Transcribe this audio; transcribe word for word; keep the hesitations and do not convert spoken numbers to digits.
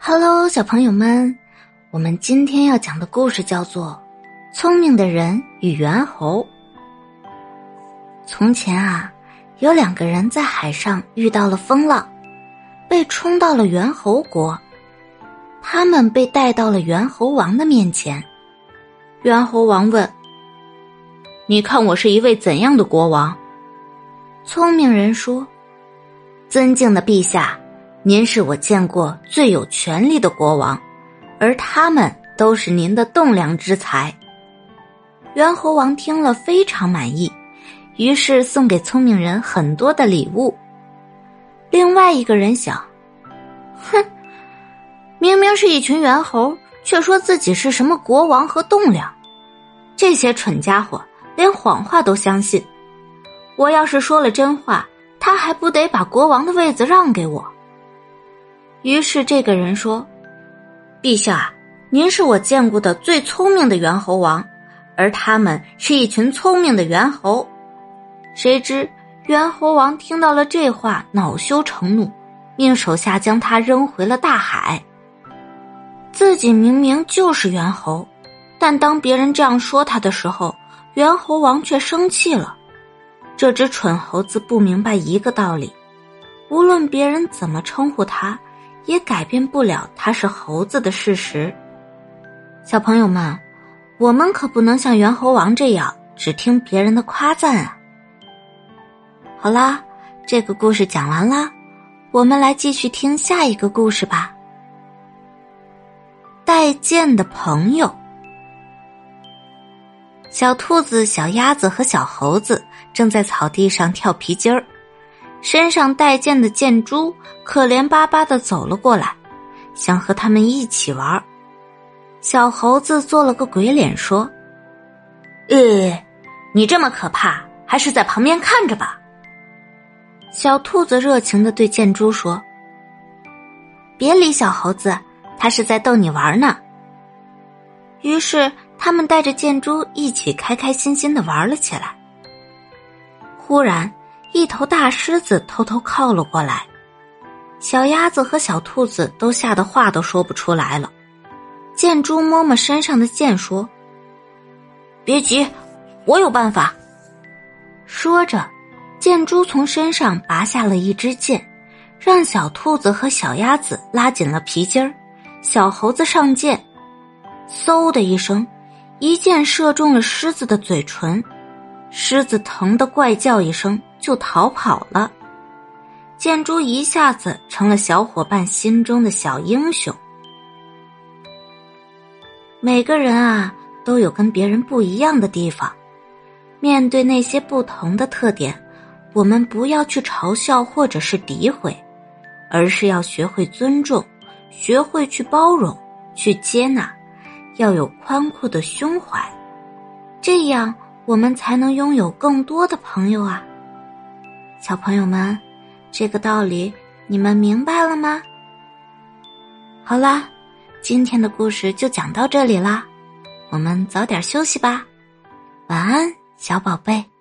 Hello， 小朋友们，我们今天要讲的故事叫做《聪明的人与猿猴》。从前啊，有两个人在海上遇到了风浪，被冲到了猿猴国。他们被带到了猿猴王的面前。猿猴王问：你看我是一位怎样的国王？聪明人说：尊敬的陛下，您是我见过最有权力的国王，而他们都是您的栋梁之才。猿猴王听了非常满意，于是送给聪明人很多的礼物。另外一个人想，哼，明明是一群猿猴，却说自己是什么国王和栋梁，这些蠢家伙连谎话都相信。我要是说了真话，他还不得把国王的位子让给我？于是这个人说：陛下，您是我见过的最聪明的猿猴王，而他们是一群聪明的猿猴。谁知猿猴王听到了这话，恼羞成怒，命手下将他扔回了大海。自己明明就是猿猴，但当别人这样说他的时候，猿猴王却生气了。这只蠢猴子不明白一个道理，无论别人怎么称呼他，也改变不了他是猴子的事实。小朋友们，我们可不能像猿猴王这样只听别人的夸赞啊。好啦，这个故事讲完啦，我们来继续听下一个故事吧。带剑的朋友。小兔子、小鸭子和小猴子正在草地上跳皮筋儿，身上带剑的箭猪可怜巴巴地走了过来，想和他们一起玩。小猴子做了个鬼脸说：呃，你这么可怕，还是在旁边看着吧。小兔子热情地对箭猪说：别理小猴子，他是在逗你玩呢。于是他们带着箭猪一起开开心心地玩了起来。忽然一头大狮子偷偷靠了过来，小鸭子和小兔子都吓得话都说不出来了。箭猪摸摸身上的箭说：别急，我有办法。说着，箭猪从身上拔下了一支箭，让小兔子和小鸭子拉紧了皮筋儿，小猴子上箭，嗖的一声，一箭射中了狮子的嘴唇，狮子疼得怪叫一声就逃跑了。箭猪一下子成了小伙伴心中的小英雄。每个人啊，都有跟别人不一样的地方，面对那些不同的特点，我们不要去嘲笑或者是诋毁，而是要学会尊重，学会去包容，去接纳，要有宽阔的胸怀，这样我们才能拥有更多的朋友啊。小朋友们，这个道理你们明白了吗？好啦，今天的故事就讲到这里啦，我们早点休息吧。晚安，小宝贝。